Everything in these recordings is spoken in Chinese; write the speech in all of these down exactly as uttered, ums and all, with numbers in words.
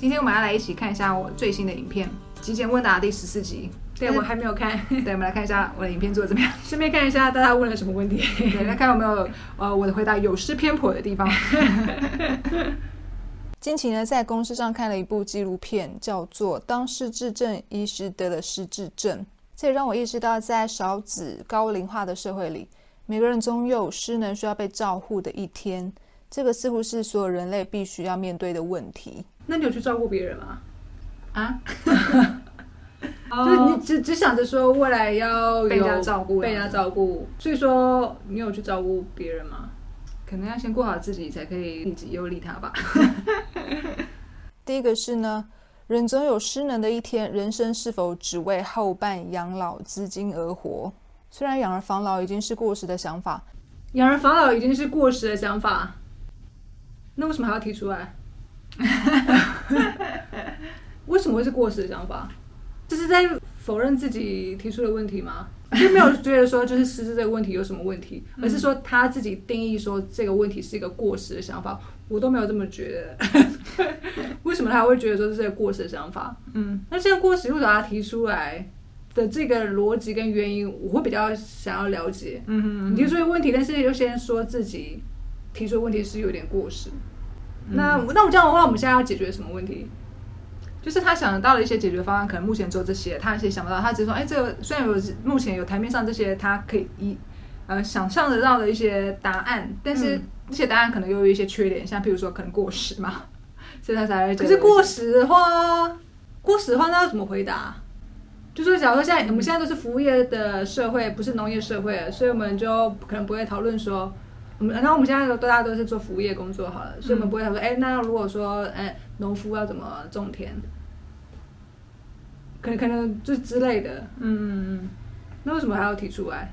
今天我们要来一起看一下我最新的影片极简问答第十四集。 对，我还没有看。 对，我们来看一下我的影片做的怎么样， 顺便看一下大家问了什么问题。 对，来看有没有呃我的回答有失偏颇的地方。 近期呢，在公视上看了一部纪录片，叫做《当失智症医师得了失智症》。这也让我意识到，在少子高龄化的社会里，每个人总有失能需要被照护的一天。这个似乎是所有人类必须要面对的问题。 那你有去照顾别人吗？ 啊？ 就是你只只想着说未来要有被人家照顾， 被人家照顾，所以说你有去照顾别人吗？ 可能要先过好自己，才可以利己又利他吧。 第一个是呢，人总有失能的一天，人生是否只为后半养老资金而活？虽然养儿防老已经是过时的想法， 养儿防老已经是过时的想法，那为什么还要提出来？为什么会是过时的想法？这是在否认自己提出的问题吗？就没有觉得说就是失智这个问题有什么问题，而是说他自己定义说这个问题是一个过时的想法，我都没有这么觉得。为什么他会觉得说这是一个过时的想法？嗯，那这个过时为什么他提出来的这个逻辑跟原因，我会比较想要了解。嗯哼嗯，你提出一个问题，但是又先说自己提出的问题是有点过时。嗯、那那我这样的话，我们现在要解决什么问题？ 就是他想得到的一些解决方案，可能目前只有这些，他也想不到。他只是说，哎，这个虽然有目前有台面上这些，他可以一呃想象得到的一些答案，但是这些答案可能又有一些缺点，像譬如说可能过时嘛，所以他才会。 可是过时的话，过时的话，那要怎么回答？就说假如说现在我们现在都是服务业的社会，不是农业社会了，所以我们就可能不会讨论说。我们然后我们现在大家都是做服务业工作好了，所以我们不会讨论，哎、嗯，那如果说，哎，农夫要怎么种田，可能可能就之类的，嗯嗯嗯，那为什么还要提出来？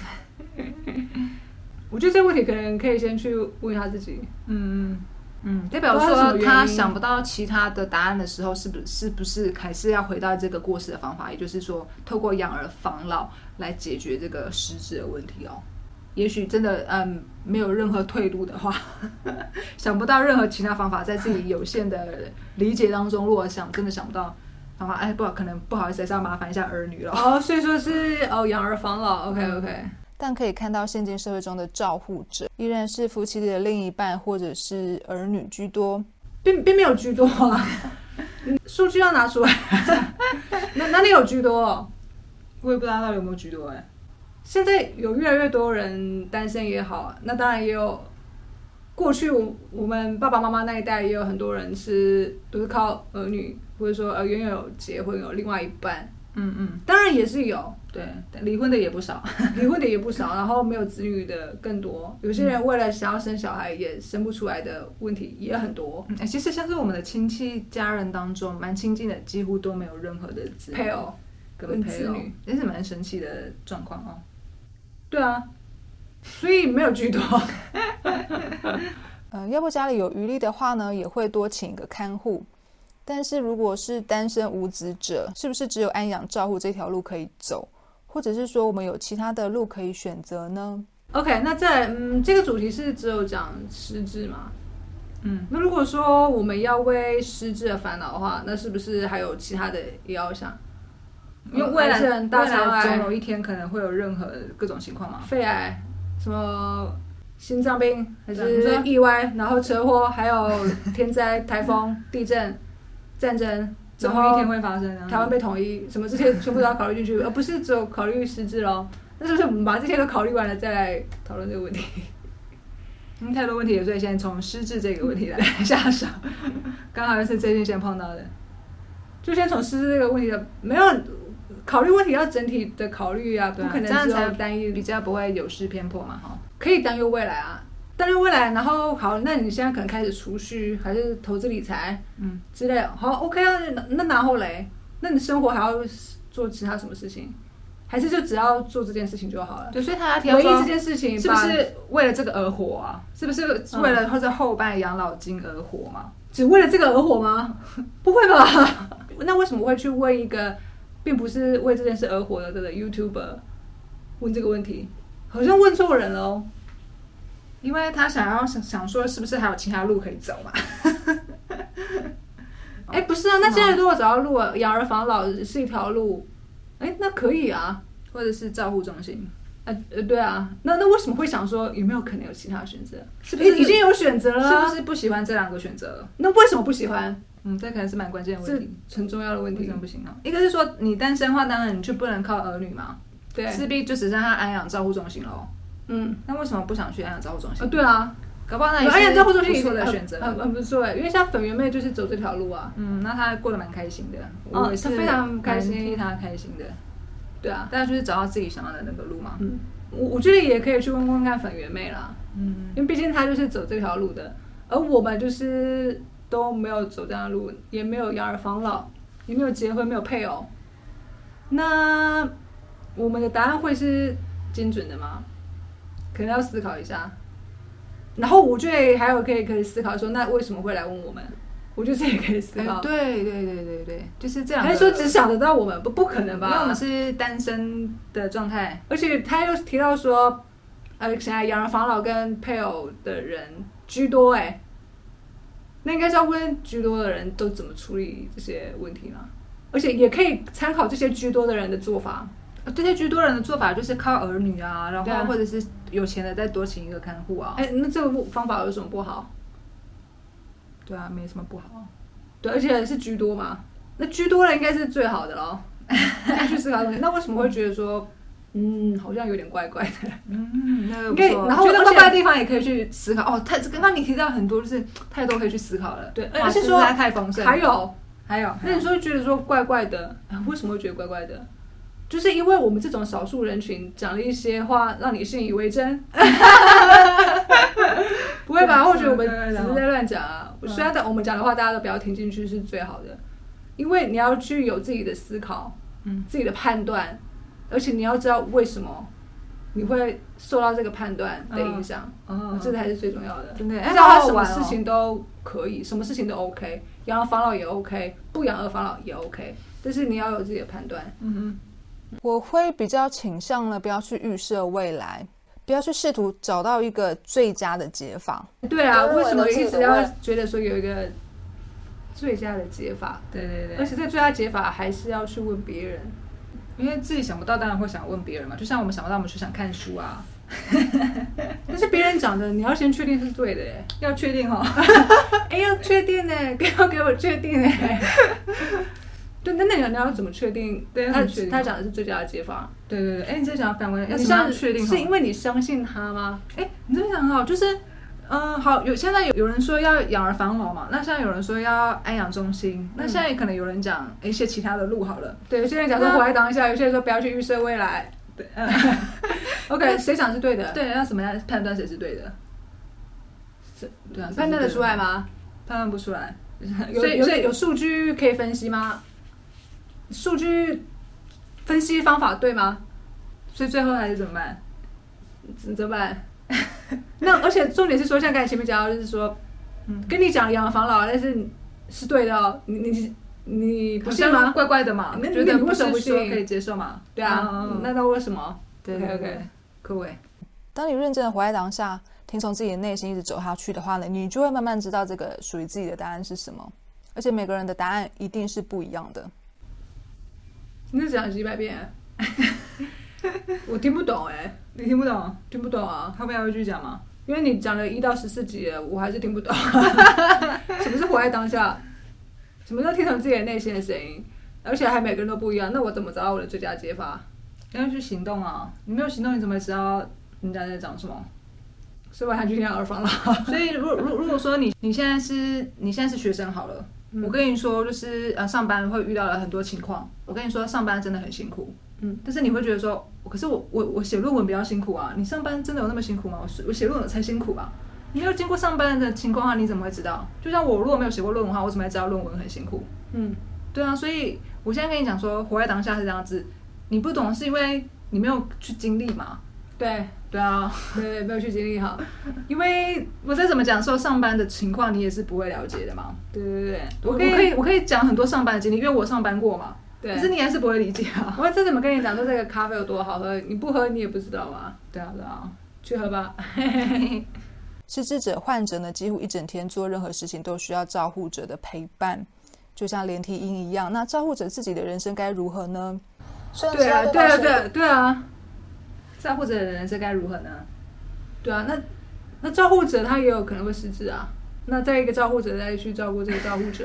我觉得这个问题可能可以先去问他自己，嗯嗯，代表说他想不到其他的答案的时候，是不是不是还是要回到这个过时的方法，也就是说，透过养儿防老来解决这个失智的问题哦。也许真的嗯没有任何退路的话，想不到任何其他方法，在自己有限的理解当中，如果想真的想不到方法，哎，不可能不好意思，还是要麻烦一下儿女了。 哦，所以说是哦养儿防老 ，OK OK。 但可以看到，现今社会中的照护者依然是夫妻里的另一半或者是儿女居多， 并并没有居多啊。数据要拿出来，哪哪里有居多？ 我也不知道到底有没有居多哎、欸。 现在有越来越多人单身也好，那当然也有过去我我们爸爸妈妈那一代也有很多人是都是靠儿女，或者说呃原有结婚有另外一半，嗯嗯，当然也是有， 对，离婚的也不少， 离婚的也不少，然后没有子女的更多，有些人为了想要生小孩也生不出来的问题也很多。 嗯、其实像是我们的亲戚家人当中蛮亲近的，几乎都没有任何的子女配偶跟子女，也是蛮神奇的状况哦。 对啊，所以没有居多。 呃，要不家里有余力的话呢，也会多请一个看护。但是如果是单身无子者，是不是只有安养照护这条路可以走，或者是说我们有其他的路可以选择呢 ？OK， 那在嗯，这个主题是只有讲失智嘛？嗯，那如果说我们要为失智而烦恼的话，那是不是还有其他的也要想？ 因为未来大肠总有一天可能会有任何各种情况嘛， 肺癌、什么心脏病，还是意外，然后车祸，还有天灾、台风、地震、战争， 总有一天会发生啊。 台湾被统一，什么这些全部都要考虑进去，而不是只有考虑失智咯。那是不是我们把这些都考虑完了再来讨论这个问题？ 嗯，太多问题了，所以先从失智这个问题来下手。刚好是最近先碰到的， 就先从失智这个问题的没有。考虑问题要整体的考虑啊，不可能只有单一， 比较不会有失偏颇嘛，哈。 可以担忧未来啊，担忧未来，然后好，那你现在可能开始储蓄，还是投资理财，嗯之类的，好 ，OK 啊，那然后嘞，那你生活还要做其他什么事情，还是就只要做这件事情就好了？ 对，所以他要唯一这件事情是不是为了这个而活啊？是不是为了或者后半养老金而活嘛？ 只为了这个而活吗？不会吧？那为什么会去问一个？并不是为这件事而活的这个 YouTuber 问这个问题，好像问错人了哦。 因为他想要想想说，是不是还有其他路可以走嘛？ 哎，不是啊，那现在如果找到路啊，养儿防老是一条路，哎，那可以啊， 或者是照护中心。 呃呃，对啊，那那为什么会想说有没有可能有其他选择？是不是已经有选择了？ 是不是不喜欢这两个选择？ 那为什么不喜欢？ 嗯，这可能是蛮关键的问题， 很重要的问题。 为什么不行啊？一个是说你单身的话，当然你就不能靠儿女嘛， 对， 势必就只剩下安养照护中心喽。 嗯， 那为什么不想去安养照护中心？ 啊，对啊， 搞不好那也安养照护中心不错的选择， 很很不错哎，因为像粉圆妹就是走这条路啊。 嗯，那她过得蛮开心的， 哦， 我也是非常开心， 替她开心的。 对啊， 大家就是找到自己想要的那个路嘛。 嗯，我我觉得也可以去问问看粉圆妹啦。 嗯， 因为毕竟她就是走这条路的，而我们就是都没有走这样的路，也没有养儿防老，也没有结婚，没有配偶。那我们的答案会是精准的吗？可能要思考一下。然后我觉得还有可以可以思考说，那为什么会来问我们？我觉得这也可以思考。 欸、对对对对对，就是这样。 还是说只想得到我们？不不可能吧？ 因为我们是单身的状态， 而且他又提到说，呃，现在养儿防老跟配偶的人居多哎、欸，那应该是要问居多的人都怎么处理这些问题嘛？而且也可以参考这些居多的人的做法。 这些居多人的做法就是靠儿女啊，然后或者是有钱的再多请一个看护啊。 哎、欸，那这个方法有什么不好？ 对啊，没什么不好。 对，而且是居多嘛，那居多的应该是最好的咯。再去思考东西，那为什么会觉得说，嗯，好像有点怪怪的？ 嗯，那个不错。 然后觉得怪怪的地方也可以去思考。哦，太刚刚你提到很多，就是太多可以去思考了。 对，而且说太丰盛。 还有还有， 那你说觉得说怪怪的，为什么会觉得怪怪的？就是因为我们这种少数人群讲了一些话，让你信以为真。不会吧？或许我们只是在乱讲啊。虽然我们讲的话大家都不要听进去是最好的，因为你要去有自己的思考，嗯，自己的判断，而且你要知道为什么你会受到这个判断的影响，嗯，这才是最重要的。 真的， 知道他什么事情都可以，什么事情都 OK， 养儿防老也 OK， 不养儿防老也 OK， 但是你要有自己的判断。嗯哼。我会比较倾向呢，不要去预设未来，不要去试图找到一个最佳的解法。 对啊，为什么一直要觉得说有一个最佳的解法？ 对对对， 而且这最佳解法还是要去问别人， 因为自己想不到，当然会想问别人嘛。就像我们想不到，我们就想看书啊。 但是别人讲的，你要先确定是对的耶， 要确定哦。 哎，要确定呢，要给我确定呢。对，那那你要怎么确定？ 对， 他他讲的是最佳的解法。 对对对，哎，你这讲反问， 你这样确定是因为你相信他吗？ 哎，你这么讲很好，就是，嗯，好，有现在有有人说要养儿防老嘛，那现在有人说要安养中心，那现在可能有人讲一些其他的路好了。 对，有些人讲说活在当下，有些人说不要去预设未来。对，嗯 ，OK， 谁讲是对的？ 对，要怎么样判断谁是对的？ 是，对啊，判断得出来吗？ 判断不出来。 所以，所以有数据可以分析吗？数据分析方法对吗？ 所以最后还是怎么办？ 怎么办？那而且重点是说，像刚才前面讲到，就是说，嗯，跟你讲养儿防老，但是是对的哦。你你你不信吗？ 怪怪的嘛， 那觉得为什么不信？ 可以接受嘛？ 对啊，那那为什么？ 对 ，OK OK， 各位， 当你认真的活在当下，听从自己的内心一直走下去的话呢，你就会慢慢知道这个属于自己的答案是什么。而且每个人的答案一定是不一样的。 你是讲几百遍？我听不懂哎、欸， 你听不懂？ 听不懂啊！ 后面还会继续讲吗？ 因为你讲了一到十四集了，我还是听不懂。什么是活在当下？什么叫听从自己的内心的声音？而且还每个人都不一样，那我怎么找到我的最佳解法？ 要去行动啊！你没有行动，你怎么会知道人家在讲什么？ 所以我还去养儿防老。 所以如如如果说你你现在是你现在是学生好了。嗯、我跟你说，就是呃，上班会遇到了很多情况。我跟你说，上班真的很辛苦，嗯，但是你会觉得说，可是我我我写论文比较辛苦啊。你上班真的有那么辛苦吗？我我写论文才辛苦吧。你没有经过上班的情况下，你怎么会知道？就像我如果没有写过论文的话，我怎么会知道论文很辛苦？嗯，对啊，所以我现在跟你讲说，活在当下是这样子。你不懂是因为你没有去经历嘛？ 对。 对啊， 对，没有去经历好，因为我再怎么讲说上班的情况，你也是不会了解的嘛。 对对对， 我可以我可以我可以讲很多上班的经历，因为我上班过嘛。 对， 可是你还是不会理解啊。 我再怎么跟你讲说这个咖啡有多好喝，你不喝你也不知道嘛。 对啊对啊， 去喝吧。 失智者患者呢，几乎一整天做任何事情都需要照护者的陪伴。 就像连体婴一样，那照护者自己的人生该如何呢？ 对啊，对啊，对啊，对啊， 照护者的人生该如何呢？ 对啊，那那照护者他也有可能会失智啊，那再一个照护者再去照顾这个照护者，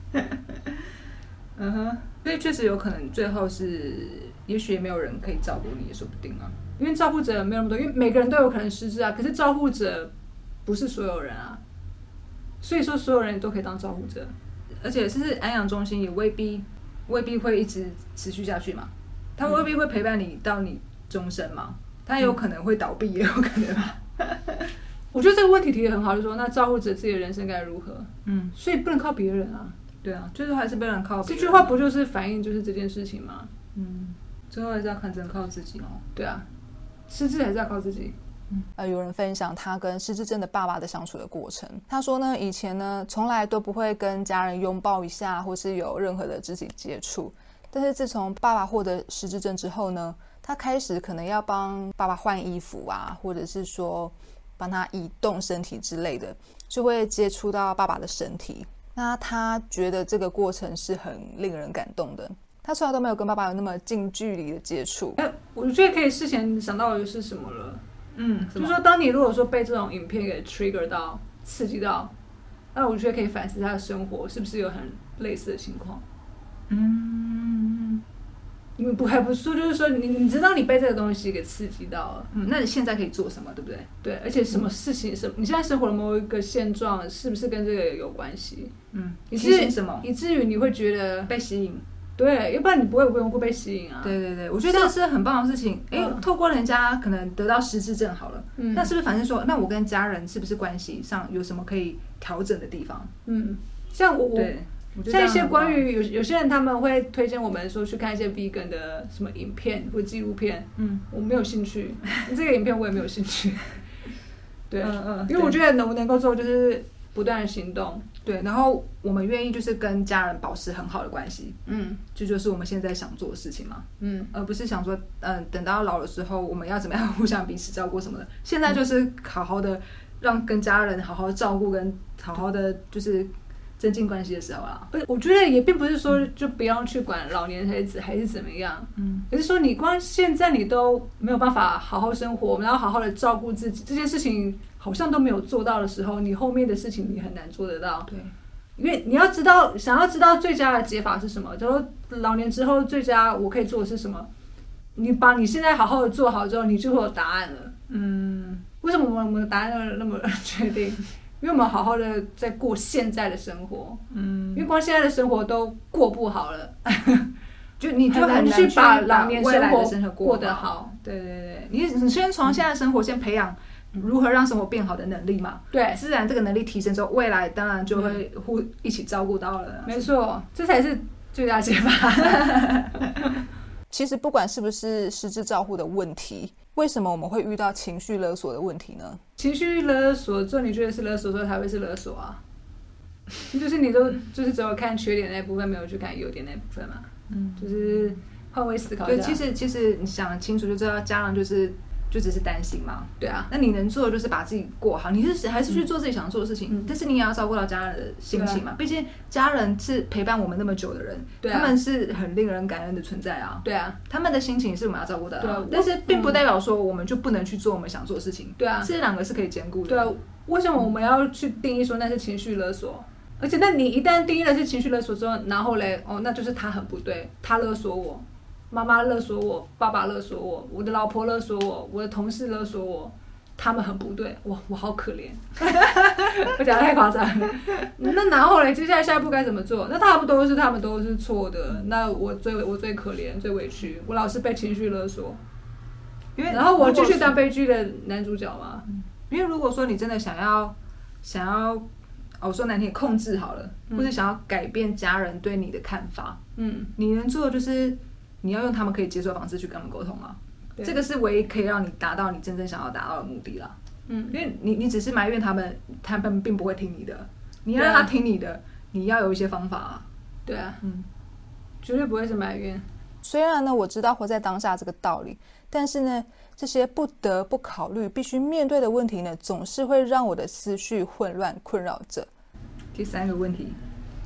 嗯哼，所以确实有可能最后是，也许也没有人可以照顾你，也说不定啊。 因为照护者没有那么多，因为每个人都有可能失智啊，可是照护者不是所有人啊，所以说所有人都可以当照护者， 而且甚至安养中心也未必未必会一直持续下去嘛，他未必会陪伴你到你终身嘛，他有可能会倒闭，也有可能嘛。 我觉得这个问题提得很好，就是说那照护者自己的人生该如何？ 嗯， 所以不能靠别人啊。 对啊，最后还是不能靠别人。 这句话不就是反映就是这件事情吗？ 嗯，最后还是要看真靠自己哦。 对啊，失智还是要靠自己。 嗯、呃，有人分享他跟失智症的爸爸的相处的过程。他说呢，以前呢从来都不会跟家人拥抱一下，或是有任何的肢体接触。但是自从爸爸获得失智症之后呢，他开始可能要帮爸爸换衣服啊，或者是说帮他移动身体之类的，就会接触到爸爸的身体。那他觉得这个过程是很令人感动的。他从来都没有跟爸爸有那么近距离的接触。 哎，我觉得可以事前想到的是什么了？ 嗯， 就是说，当你如果说被这种影片给 trigger 到、刺激到，那我觉得可以反思他的生活是不是有很类似的情况。 嗯， 你们不还不说，就是说你你知道你被这个东西给刺激到了， 嗯，那你现在可以做什么，对不对？ 对，而且什么事情，什、嗯、你现在生活的某一个现状，是不是跟这个有关系？ 嗯， 以提醒什么？ 以至于你会觉得被吸引。 对，要不然你不会无缘无故被吸引啊。 对对对，我觉得这是很棒的事情。哎、嗯，透过人家可能得到失智症好了，嗯，那是不是反正说，那我跟家人是不是关系上有什么可以调整的地方？ 嗯，像我我。像一些关于有有些人他们会推荐我们说去看一些 vegan 的什么影片或纪录片，嗯，我没有兴趣，这个影片我也没有兴趣，对，嗯嗯，因为我觉得能不能够做就是不断的行动， 对，然后我们愿意就是跟家人保持很好的关系，嗯，这就, 就是我们现在想做的事情嘛，嗯，而不是想说，嗯、呃，等到老的时候我们要怎么样互相彼此照顾什么的，现在就是好好的让跟家人好好照顾，跟好好的就是增进关系的时候啊， 我觉得也并不是说就不要去管老年孩子还是怎么样，嗯，可是说你光现在你都没有办法好好生活，然后好好的照顾自己，这件事情好像都没有做到的时候，你后面的事情你很难做得到。 对， 因为你要知道，想要知道最佳的解法是什么，就说老年之后最佳我可以做的是什么，你把你现在好好的做好之后，你就会有答案了。嗯，为什么我们我们的答案那么那么确定？因为我们好好的在过现在的生活，嗯，因为光现在的生活都过不好了， 就你就很难去把老年生活生活过得好。 对对对，你你先从现在的生活先培养如何让生活变好的能力嘛， 对， 自然这个能力提升之后，未来当然就会互一起照顾到了。 没错，这才是最佳解法。 其实不管是不是失智照护的问题，为什么我们会遇到情绪勒索的问题呢？ 情绪勒索，做你觉得是勒索的时候才会是勒索啊。就是你都就是只有看缺点那部分，没有去看优点那部分嘛。嗯，就是换位思考一下。 对，其实其实你想清楚就知道，家长就是就只是担心嘛。 对啊， 那你能做的就是把自己过好，你是还是去做自己想做的事情，嗯、但是你也要照顾到家人的心情嘛。毕竟家人是陪伴我们那么久的人，啊、他们是很令人感恩的存在啊。 对啊， 他们的心情是我们要照顾的、啊。 对啊， 但是并不代表说我们就不能去做我们想做的事情。 对啊， 这两个是可以兼顾的。 对啊，为什么我们要去定义说那是情绪勒索？而且，那你一旦定义了是情绪勒索之后，然后嘞，哦，那就是他很不对，他勒索我。妈妈勒索我，爸爸勒索我，我的老婆勒索我，我的同事勒索我，他们很不对，哇，我好可怜，我讲得太夸张了。那然后嘞，接下来下一步该怎么做？那他们都是他们都是错的，那我最我最可怜，最委屈，我老是被情绪勒索，因为然后我继续当悲剧的男主角嘛。 因为如果说你真的想要想要。我、哦、说难听，控制好了，或者想要改变家人对你的看法，嗯，你能做的就是你要用他们可以接受的方式去跟他们沟通啊，这个是唯一可以让你达到你真正想要达到的目的啦。嗯，因为你你只是埋怨他们，他们并不会听你的，你要让他听你的，啊、你要有一些方法啊。 对啊，嗯，绝对不会是埋怨。 虽然呢，我知道活在当下这个道理，但是呢，这些不得不考虑、必须面对的问题呢，总是会让我的思绪混乱、困扰着。 第三个问题，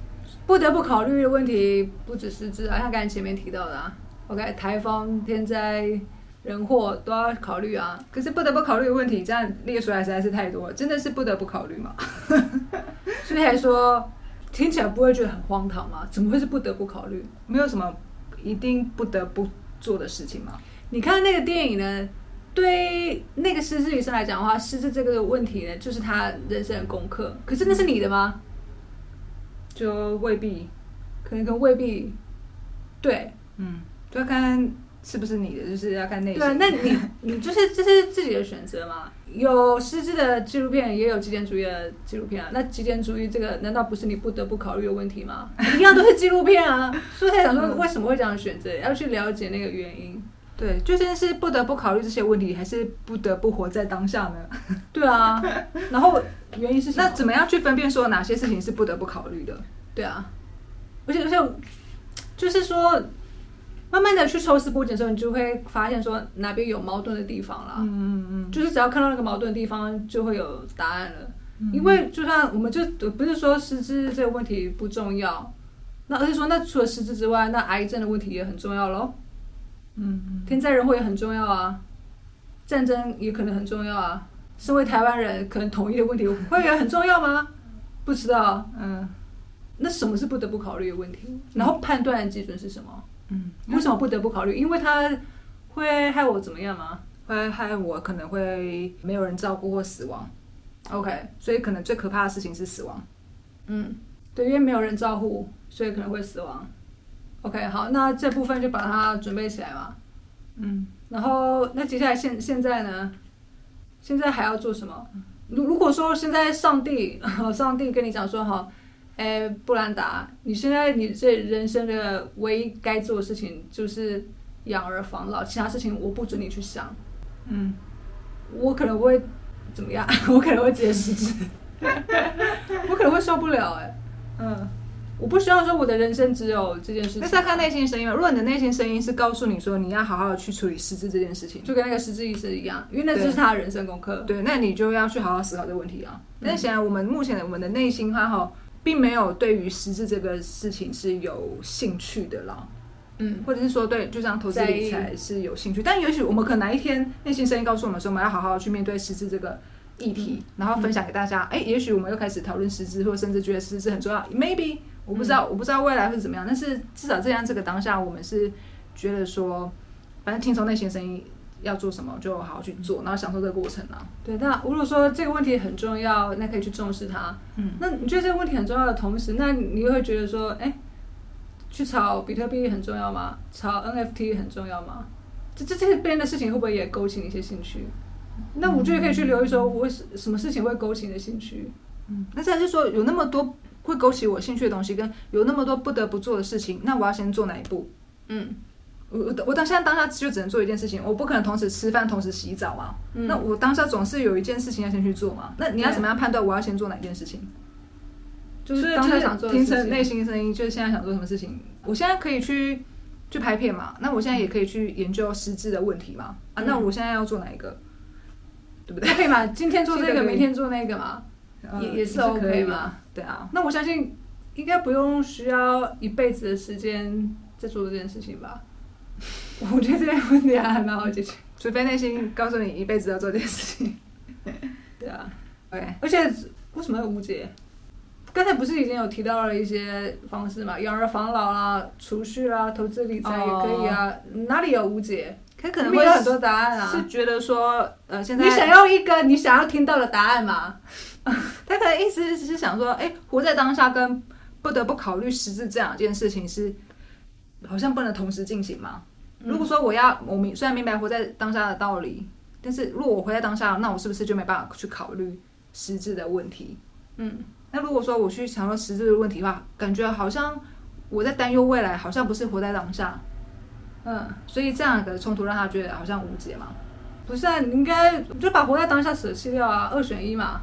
不得不考虑的问题不只是这啊，像刚才前面提到的啊 ，OK， 台风、天灾、人祸都要考虑啊。 可是不得不考虑的问题，这样列出来实在是太多了，真的是不得不考虑吗？ 所以还说听起来不会觉得很荒唐吗？怎么会是不得不考虑？ 没有什么一定不得不做的事情吗？ 你看那个电影呢？对那个失智女生来讲的话，失智这个问题呢，就是她人生的功课。可是那是你的吗？ 就未必， 可能跟未必。对， 嗯，就要看是不是你的，就是要看内心。 对，那你你就是这是自己的选择嘛？有失智的纪录片，也有极简主义的纪录片啊。那极简主义这个，难道不是你不得不考虑的问题吗？一样都是纪录片啊。所以才想说，为什么会这样选择？要去了解那个原因。 对，究竟是不得不考虑这些问题，还是不得不活在当下呢？ 对啊，然后原因是什么？ 那怎么样去分辨说哪些事情是不得不考虑的？ 对啊，而且而且就是说，慢慢的去抽丝剥茧的时候，你就会发现说哪边有矛盾的地方啦。 嗯嗯嗯， 就是只要看到那个矛盾的地方，就会有答案了。嗯、因为就像我们就不是说失智这个问题不重要，那而是说那除了失智之外，那癌症的问题也很重要咯。嗯，天灾人祸也很重要啊，战争也可能很重要啊。身为台湾人，可能统一的问题会也很重要吗？不知道。嗯，那什么是不得不考虑的问题？然后判断的基准是什么？嗯，为什么不得不考虑？因为它会害我怎么样吗？ 会害我可能会没有人照顾或死亡。OK， 所以可能最可怕的事情是死亡。 嗯，对，因为没有人照顾，所以可能会死亡。OK， 好，那这部分就把它准备起来嘛。嗯，然后那接下来现现在呢？现在还要做什么？如如果说现在上帝，上帝跟你讲说哈，哎，布兰达，你现在你这人生的唯一该做的事情就是养儿防老，其他事情我不准你去想。嗯，我可能会怎么样？我可能会直接失职，我可能会受不了哎、欸。嗯。我不希望说我的人生只有这件事情。 那是要看内心声音嘛。如果你的内心声音是告诉你说你要好好的去处理失智这件事情， 就跟那个失智医师一样，因为那就是他的人生功课。 对，那你就要去好好思考这个问题啊。嗯、但是显然我们目前的我们的内心它哈，并没有对于失智这个事情是有兴趣的啦。嗯，或者是说对，就像投资理财是有兴趣，但也许我们可能哪一天内心声音告诉我们说，我们要好好去面对失智这个议题，嗯、然后分享给大家。哎、嗯，也许我们又开始讨论失智，或者甚至觉得失智很重要。Maybe。我不知道，嗯、我不知道未来会是怎么样，但是至少这样这个当下，我们是觉得说，反正听从内心声音要做什么，就好好去做，然后享受这个过程啊。 对，那如果说这个问题很重要，那可以去重视它。嗯，那你觉得这个问题很重要的同时，那你又会觉得说，哎，去炒比特币很重要吗？炒 N F T 很重要吗？这这这边的事情会不会也勾起你一些兴趣？那我觉得可以去留意说，我什么事情会勾起你的兴趣？ 嗯，那再是说有那么多。会勾起我兴趣的东西，跟有那么多不得不做的事情，那我要先做哪一步？嗯，我我当下当下就只能做一件事情，我不可能同时吃饭同时洗澡嘛。嗯、那我当下总是有一件事情要先去做嘛。那你要怎么样判断我要先做哪件事情？就是当下想做的事情，听成内心声音，就是现在想做什么事情。我现在可以去去拍片嘛？那我现在也可以去研究失智的问题嘛？啊，那我现在要做哪一个？对不对？ 可以嘛？今天做这个，明天做那个嘛？也也是 OK 嘛？ 对啊， 那我相信应该不用需要一辈子的时间在做这件事情吧。我觉得这个问题还蛮好解决， 除非内心告诉你一辈子要做这件事情。 对啊 ，OK。 而且为什么要无解？刚才不是已经有提到了一些方式嘛，养儿防老啦、储蓄啦、投资理财也可以啊，哦、哪里有无解？ 他可能会有很多答案啊。 是觉得说，呃，现在你想要一个你想要听到的答案吗？ 他可能意思是想说，哎，活在当下跟不得不考虑失智这两件事情是好像不能同时进行嘛。嗯、如果说我要，我明虽然明白活在当下的道理，但是如果我活在当下，那我是不是就没办法去考虑失智的问题？嗯，那如果说我去想说失智的问题的话，感觉好像我在担忧未来，好像不是活在当下。嗯，所以这样的冲突让他觉得好像无解嘛。 不是啊，你应该就把活在当下舍弃掉啊，二选一嘛。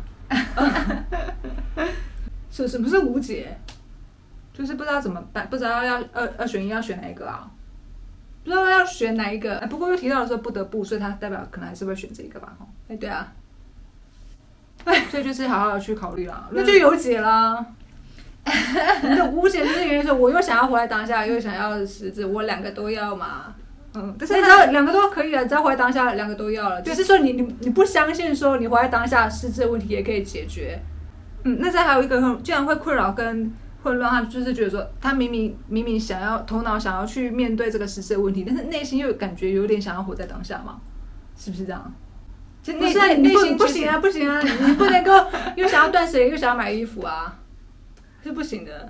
什什么是无解？ 就是不知道怎么办，不知道要二二选一要选哪一个啊？ 不知道要选哪一个。 哎，不过又提到了说不得不，所以他代表可能还是会选这个吧？ 哎，对啊。 所以就是好好的去考虑啦， 那就有解啦。 你的无解就是原因说，我又想要活在当下，又想要实质，我两个都要嘛。嗯，但是你知道两个都可以了，只要活在当下，两个都要了。只是说你你你不相信说你活在当下，实质的问题也可以解决。 嗯，那再还有一个竟然会困扰跟混乱，他就是觉得说，他明明明明想要头脑想要去面对这个实质的问题，但是内心又感觉有点想要活在当下嘛，是不是这样？ 其实内是、啊、你不不行啊，不行啊，你不能够又想要断舍离，又想要买衣服啊，是不行的。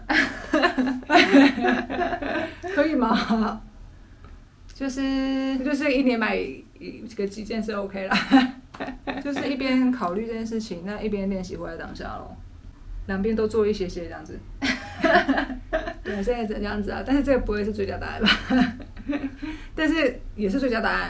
可以吗？ 就是就是一年买一个几件是 OK 啦， 就是一边考虑这件事情，那一边练习活在当下咯，两边都做一些些这样子。 对，现在只能这样子啊，但是这个不会是最佳答案吧？但是也是最佳答案，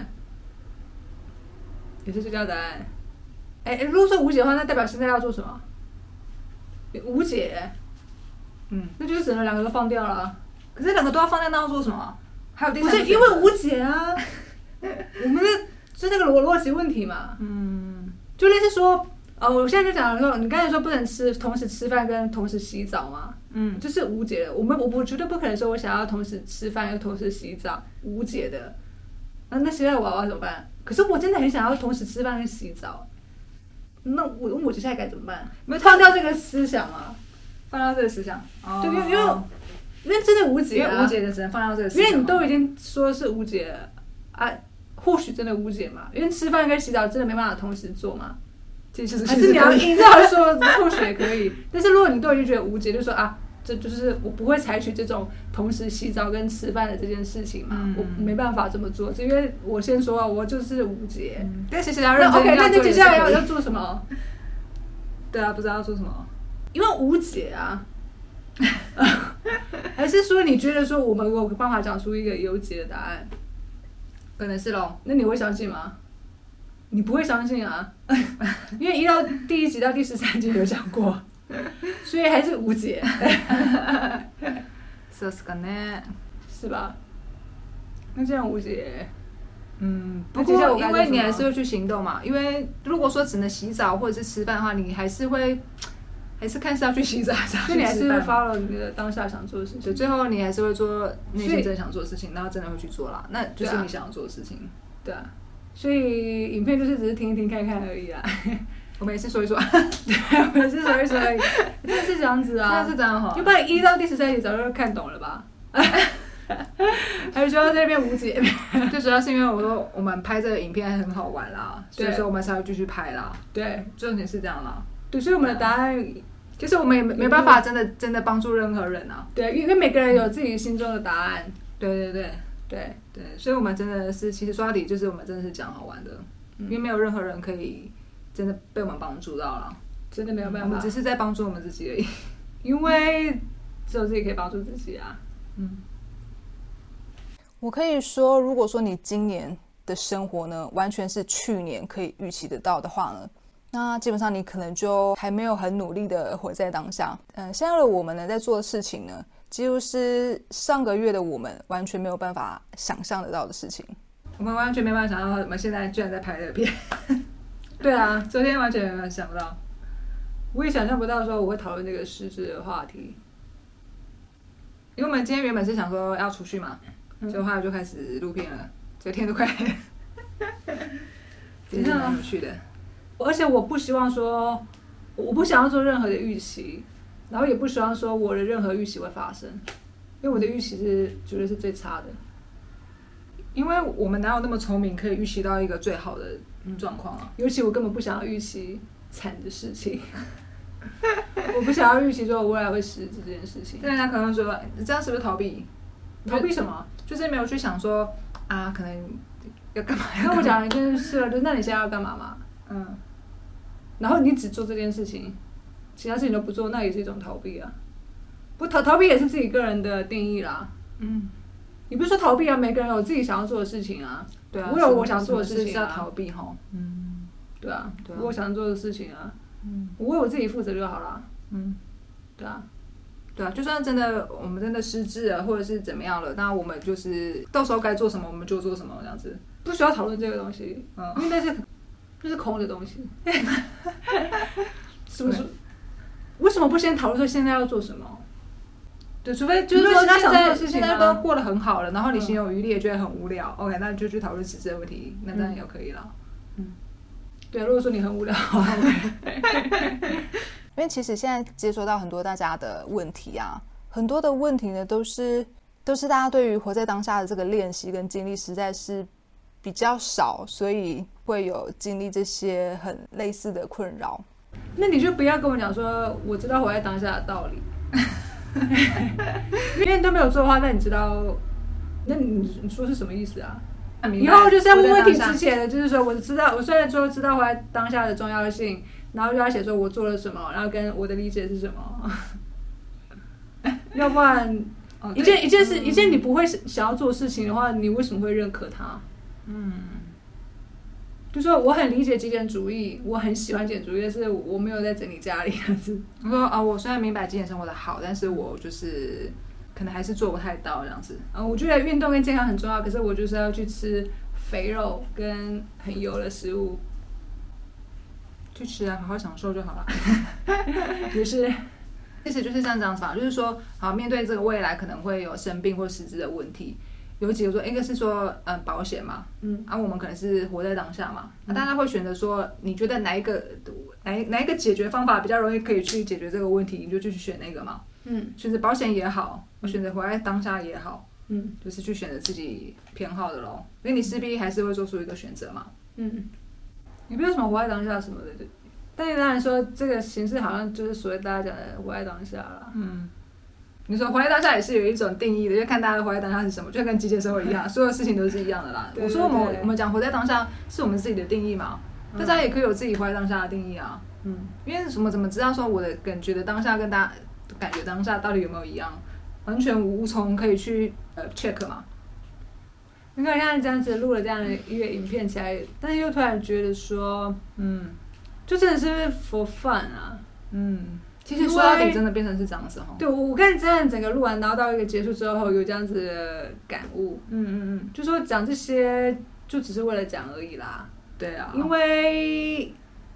也是最佳答案。哎、欸，如果说无解的话，那代表现在要做什么？无解，嗯，那就是只能两个都放掉了。 可是两个都要放掉，那要做什么？还有第三不是因为无解啊，我们的是那个逻逻辑问题嘛。嗯，就类似说，呃，我现在就讲说，你刚才说不能吃同时吃饭跟同时洗澡嘛，嗯，就是无解的。我们我我绝对不可能说我想要同时吃饭又同时洗澡，无解的。那那现在我要怎么办？可是我真的很想要同时吃饭跟洗澡，那我我接下来该怎么办？没放掉这个思想啊， 放掉这个思想， 哦、对，因为因为。因为真的无解、啊， 因为无解的只能放到这个事情。 因为你都已经说是无解了啊，或许真的无解嘛？因为吃饭跟洗澡真的没办法同时做嘛。 其实还是你要硬要说或许也可以，但是如果你都已经觉得无解，就说啊，这就是我不会采取这种同时洗澡跟吃饭的这件事情嘛，嗯、我没办法这么做，因为我先说我就是无解。 嗯、但其实要认真 OK， 那接下来要要做什么？ 对啊，不知道要做什么， 因为无解啊。还是说你觉得说我们有办法讲出一个有解的答案？ 可能是咯。 那你会相信吗？你不会相信啊，因为一到第一集到第十三集有讲过，所以还是无解。 そうですかね， 是吧？那这样无解。 嗯，不过因为你还是会去行动嘛，因为如果说只能洗澡或者是吃饭的话，你还是会。还是看是要去洗澡还是要去吃饭， 所以你还是会 follow 你的当下想做的事情， 最后你还是会做内心真的想做的事情，然后真的会去做啦，那就是你想要做的事情。 对啊，所以影片就是只是听一听看看而已啊。 我们也是说一说， 对，我们也是说一说而已，真的是这样子啊， 真的是这样哈。 要不然一到第十三集早就看懂了吧？还是说在那边无解？ 最主要是因为我说我们拍这个影片很好玩啦，所以说我们才会继续拍啦。 对， 重点是这样啦。 对，所以我们的答案。 就是我们也没办法真的真的帮助任何人啊。 对，因为每个人有自己心中的答案。 对对对对对，所以我们真的是，其实说到底就是我们真的是讲好玩的，嗯、因为没有任何人可以真的被我们帮助到了， 真的没有办法。 我们只是在帮助我们自己而已， 因为只有自己可以帮助自己啊。嗯， 我可以说，如果说你今年的生活呢，完全是去年可以预期得到的话呢。那基本上你可能就还没有很努力的活在当下。嗯，现在的我们呢，在做的事情呢，几乎是上个月的我们完全没有办法想象得到的事情。 我们完全没办法想到，我们现在居然在拍这个片。 对啊， 昨天完全想不到， 我也想象不到说我会讨论这个实质的话题。 因为我们今天原本是想说要出去嘛，嗯、结果后来就开始录片了，这天都快，真的蛮有趣的。 而且我不希望说，我不想要做任何的预期，然后也不希望说我的任何预期会发生，因为我的预期是绝对是最差的。 因为我们哪有那么聪明，可以预期到一个最好的状况啊？ 尤其我根本不想要预期惨的事情，我不想要预期说我未来会失职这件事情。 但人家可能说，你这样是不是逃避？ 逃避什么？ 就是没有去想说啊，可能要干嘛？ 跟我讲一件事了，就那你现在要干嘛嘛？嗯。然后你只做这件事情，其他事情都不做，那也是一种逃避啊。不逃逃避也是自己个人的定义啦。嗯，你不是说逃避啊？每个人有自己想要做的事情啊。 对啊， 我有我想做的事情啊。是要逃避哈。 嗯，对啊，对啊，我想做的事情啊。嗯，我为我自己负责就好了。嗯，对啊， 对啊，就算真的我们真的失智了，或者是怎么样了，那我们就是到时候该做什么我们就做什么，这样子， 不需要讨论这个东西。嗯，因为那是。就是空的东西，是不是？为什么不先讨论说现在要做什么？ 对，除非就是说现在现现在都过得很好了，然后你心有余力也觉得很无聊、嗯、，OK， 那就去讨论实质的问题，那当然也可以了。嗯， 对，如果说你很无聊因为其实现在接收到很多大家的问题啊，很多的问题呢都是都是大家对于活在当下的这个练习跟经历实在是比较少，所以会有经历这些很类似的困扰。 那你就不要跟我讲说我知道活在当下的道理因为你都没有做的话，那你知道那 你, 你说是什么意思啊？以后就是要问问题之前的就是说我知道我虽然说知道活在当下的重要性，然后就要写说我做了什么，然后跟我的理解是什么要不然、哦、一件一件事、嗯、一件你不会想要做事情的话，你为什么会认可它？嗯，就说我很理解极简主义，我很喜欢极简主义，但是我没有在整理家里。 我说啊、哦，我虽然明白极简生活的好，但是我就是可能还是做不太到这样子。 啊、嗯，我觉得运动跟健康很重要，可是我就是要去吃肥肉跟很油的食物。 去吃啊，好好享受就好了。 也是， 其实就是像这样子吧，就是说，好面对这个未来可能会有生病或实质的问题。有几个说，一个是说，嗯，保险嘛，嗯，啊，我们可能是活在当下嘛，那、嗯啊、大家会选择说，你觉得哪一个哪一哪一个解决方法比较容易可以去解决这个问题，你就去选那个嘛，嗯，选择保险也好，我选择活在当下也好，嗯，就是去选择自己偏好的咯，因为你势必还是会做出一个选择嘛，嗯， 你没有什么活在当下什么的，但你当然说这个形式好像就是所谓大家讲的活在当下啦，嗯。 你说活在当下也是有一种定义的，就看大家活在当下是什么，就跟极简生活一样，所有事情都是一样的啦。我说我们我们讲活在当下是我们自己的定义嘛，大家也可以有自己活在当下的定义啊。嗯，因为什么怎么知道说我的感觉的当下跟大家感觉当下到底有没有一样，完全无从可以去呃 check 嘛。 你看像这样子录了这样的一个影片起来，但是又突然觉得说，嗯，就真的是 for fun 啊， 嗯。其实说到底真的变成是这样子哈。 对，我看这样整个录完，然后到一个结束之后有这样子的感悟。嗯嗯嗯，就说讲这些就只是为了讲而已啦。 对啊。 因为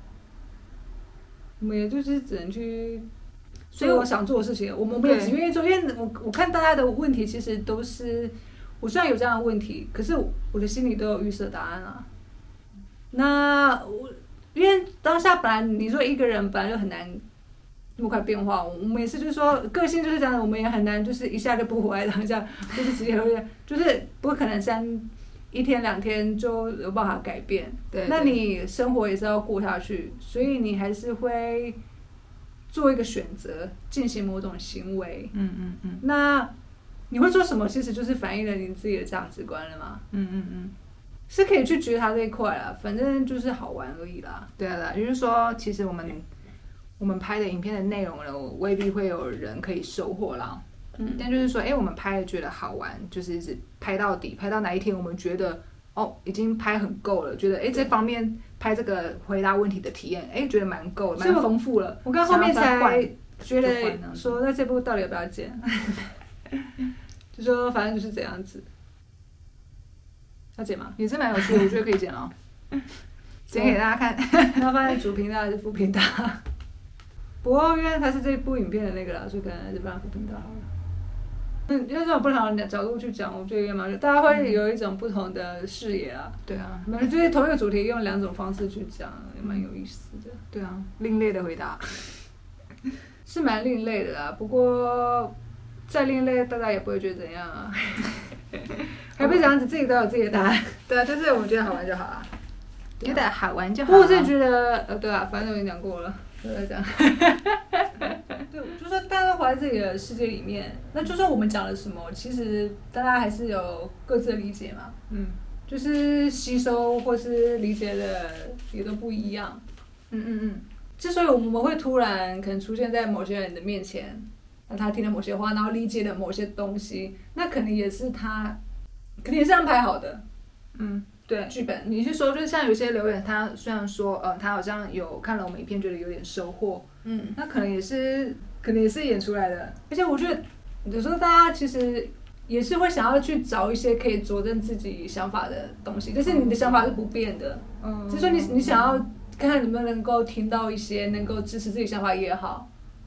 我们也就是只能去做我想做的事情，我们没有只愿意做，因为我我看大家的问题其实都是，我虽然有这样的问题，可是我的心里都有预设答案啊。那我因为当下本来你说一个人本来就很难。那么快变化，我们也是，就是说个性就是这样的，我们也很难，就是一下就不活在当下，就是直接就是不可能三一天两天就有办法改变。对，那你生活也是要过下去，所以你还是会做一个选择，进行某种行为。嗯嗯嗯。那你会做什么？其实就是反映了你自己的价值观了嘛。嗯嗯嗯。是可以去觉察这一块啦，反正就是好玩而已啦。 对啊，也就是说，其实我们。我们拍的影片的内容呢，未必会有人可以收获啦。嗯，但就是说，哎，我们拍的觉得好玩，就是一直拍到底，拍到哪一天我们觉得哦，已经拍很够了，觉得哎这方面拍这个回答问题的体验，哎觉得蛮够，蛮丰富了。 我刚后面才觉得说，那这部到底要不要剪？就说反正就是这样子，要剪吗？ 也是蛮有趣的，我觉得可以剪哦。剪给大家看， 要放在主频道还是副频道？不过因为它是这部影片的那个啦，所以可能还是放副频道好了。嗯，因为这种不同的角度去讲，我觉得也蛮，大家会有一种不同的视野啊。 对啊， 就是同一个主题用两种方式去讲，也蛮有意思的。 对啊，另类的回答是蛮另类的啦。不过再另类，大家也不会觉得怎样啊。还不是这样子，自己都有自己的答案。 对啊，就是我们觉得好玩就好啊，觉得好玩就好。 我是觉得，呃，对啊，反正我已经讲过了。对，这样。对，就说大家活在自己的世界里面，那就算我们讲了什么，其实大家还是有各自的理解嘛。嗯，就是吸收或是理解的也都不一样。嗯嗯嗯。之所以我们会突然可能出现在某些人的面前，那他听了某些话，然后理解了某些东西，那可能也是他，可能也是安排好的。嗯。对剧本， 你是说，就是像有些留言，他虽然说，呃，他好像有看了我们影片，觉得有点收获，嗯，那可能也是，可能也是演出来的。 而且我觉得，有时候大家其实也是会想要去找一些可以佐证自己想法的东西，但是你的想法是不变的，嗯，就是说你你想要看看能不能够听到一些能够支持自己想法也好，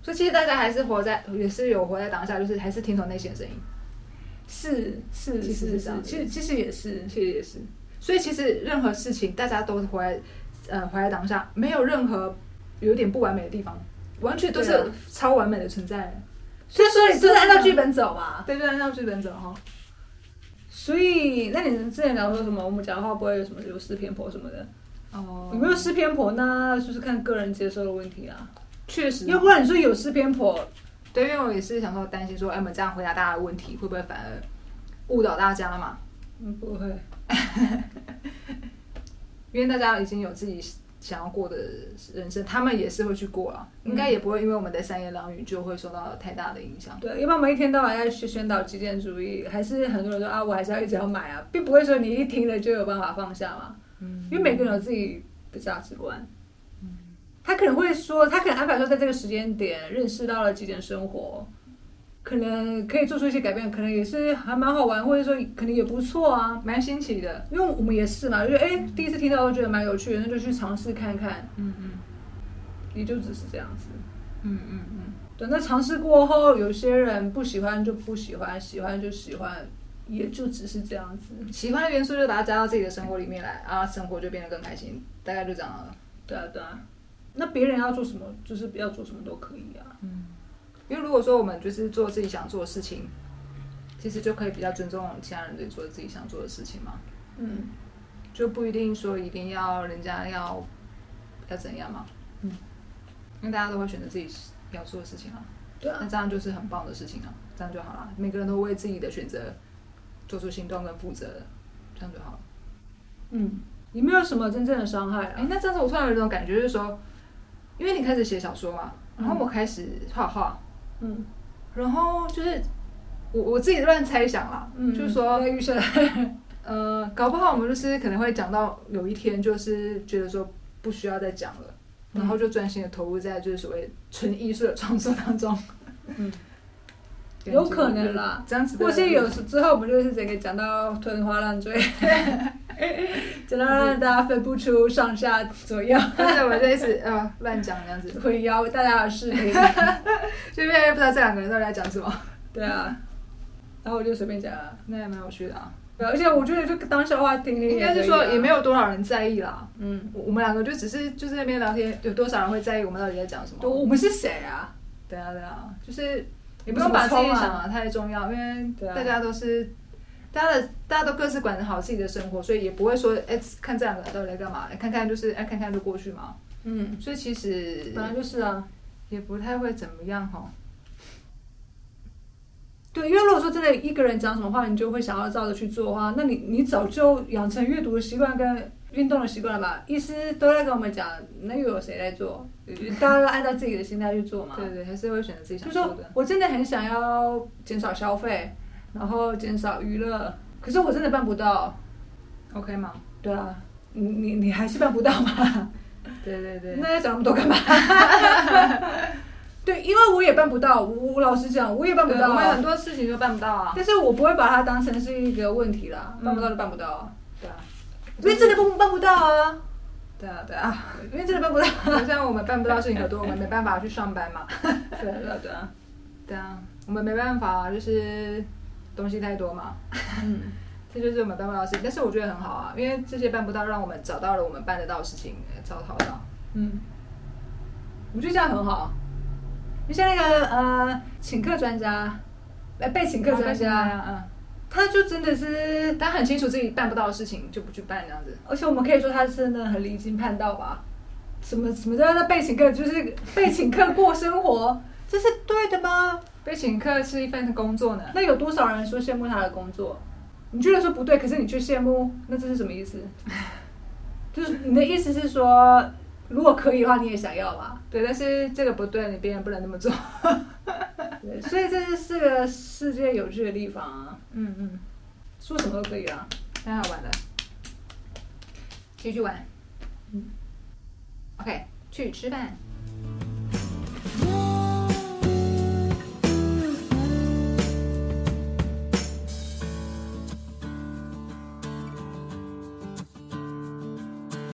所以其实大家还是活在，也是有活在当下，就是还是听从内心的声音。 是是其实是这样子， 其实其实也是， 其实也是。所以其实任何事情，大家都活在呃活在当下，没有任何有点不完美的地方，完全都是超完美的存在。 所以说你就是按照剧本走嘛， 对，就按照剧本走哈。 所以，那你之前聊说什么？我们讲的话不会有什么有失偏颇什么的。哦，有没有失偏颇？那就是看个人接受的问题啊。 确实， 要不然你说有失偏颇， 对，因为我也是想说担心说，哎，我们这样回答大家的问题，会不会反而误导大家嘛？ 嗯，不会， 因为大家已经有自己想要过的人生，他们也是会去过了，应该也不会因为我们的三言两语就会受到太大的影响。 对，要不然我们一天到晚在去宣导极简主义，还是很多人说啊，我还是要一直要买啊，并不会说你一听了就有办法放下嘛。嗯，因为每个人有自己的价值观。嗯，他可能会说，他可能安排说，在这个时间点认识到了极简生活，可能可以做出一些改变，可能也是还蛮好玩，或者说可能也不错啊， 蛮新奇的。 因为我们也是嘛，就哎、欸、第一次听到都觉得蛮有趣的，那就去尝试看看。嗯嗯，也就只是这样子。嗯嗯嗯。对，那尝试过后，有些人不喜欢就不喜欢，喜欢就喜欢，也就只是这样子。 喜欢的元素就把它加到自己的生活里面来，啊，生活就变得更开心，大概就这样了。 对啊对啊。那别人要做什么，就是不要做什么都可以啊。嗯。 因为如果说我们就是做自己想做的事情，其实就可以比较尊重其他人对做自己想做的事情嘛。嗯，就不一定说一定要人家要要怎样嘛。嗯，因为大家都会选择自己要做的事情啊。 对啊。 那这样就是很棒的事情啊，这样就好了。每个人都为自己的选择做出行动跟负责，这样就好了。 嗯，也没有什么真正的伤害啊。 哎，那这样子我突然有一种感觉，就是说，因为你开始写小说嘛，然后我开始画画。嗯，然后就是我我自己乱猜想啦，嗯，就是说， 预设， 呃，搞不好我们就是可能会讲到有一天，就是觉得说不需要再讲了，嗯、然后就专心的投入在就是所谓纯艺术的创作当中。嗯， 有可能啦， 这样子。 或是有时之后我们就是整个讲到吞花乱坠，讲到让大家分不出上下左右， 但是我们就一直呃乱讲这样子， 混淆大家的视听， 就越来越不知道这两个人到底在讲什么。 对啊，然后我就随便讲啊， 那也蛮有趣的啊。 对，而且我觉得就当笑话听听、啊， 应该是说也没有多少人在意啦。嗯，我们两个就只是就是那边聊天，有多少人会在意我们到底在讲什么？ 我们是谁啊？ 对啊对啊，就是也不用把自己想的太重要，因为大家都是。大家的大家都各自管好自己的生活，所以也不会说，哎，看这两个人到底在干嘛？看看就是，哎，看看就过去嘛。嗯，所以其实本来就是啊， 也不太会怎么样哈。 对，因为如果说真的一个人讲什么话，你就会想要照着去做的话，那你你早就养成阅读的习惯跟运动的习惯了吧？医师都在跟我们讲，那又有谁在做？大家都按照自己的心态去做嘛。 对对，还是会选择自己想做的。 就说我真的很想要减少消费。然后减少娱乐，可是我真的办不到 ，OK 吗？ 对啊，你你你还是办不到嘛？ 对对对。 那要讲那么多干嘛？对，因为我也办不到，我我老实讲，我也办不到、啊。 我们很多事情都办不到啊。 但是我不会把它当成是一个问题啦，办不到就办不到啊。 对啊， 因为真的办办不到啊。 对啊对啊， 因为真的办不到。 好像我们办不到事情很多，我们没办法去上班嘛。 对啊对啊对啊， 对啊，我们没办法，就是东西太多嘛。嗯，这就是我们办不到的事情，但是我觉得很好啊，因为这些办不到，让我们找到了我们办得到的事情，找到到。嗯， 我觉得这样很好。就像那个呃，请客专家，来被请客专家，啊嗯，他就真的是他很清楚自己办不到的事情，就不去办这样子。 而且我们可以说他真的很离经叛道吧？什么什么叫做被请客？就是被请客过生活，这是对的吗？ 被请客是一份工作呢。 那有多少人说羡慕他的工作？你觉得说不对，可是你却羡慕，那这是什么意思？就是你的意思是说，如果可以的话，你也想要嘛？ 对，但是这个不对，你别人不能那么做。 对，所以这是个世界有趣的地方啊。嗯嗯，说什么都可以啊， 蛮好玩的。继续玩。嗯。OK，去吃饭。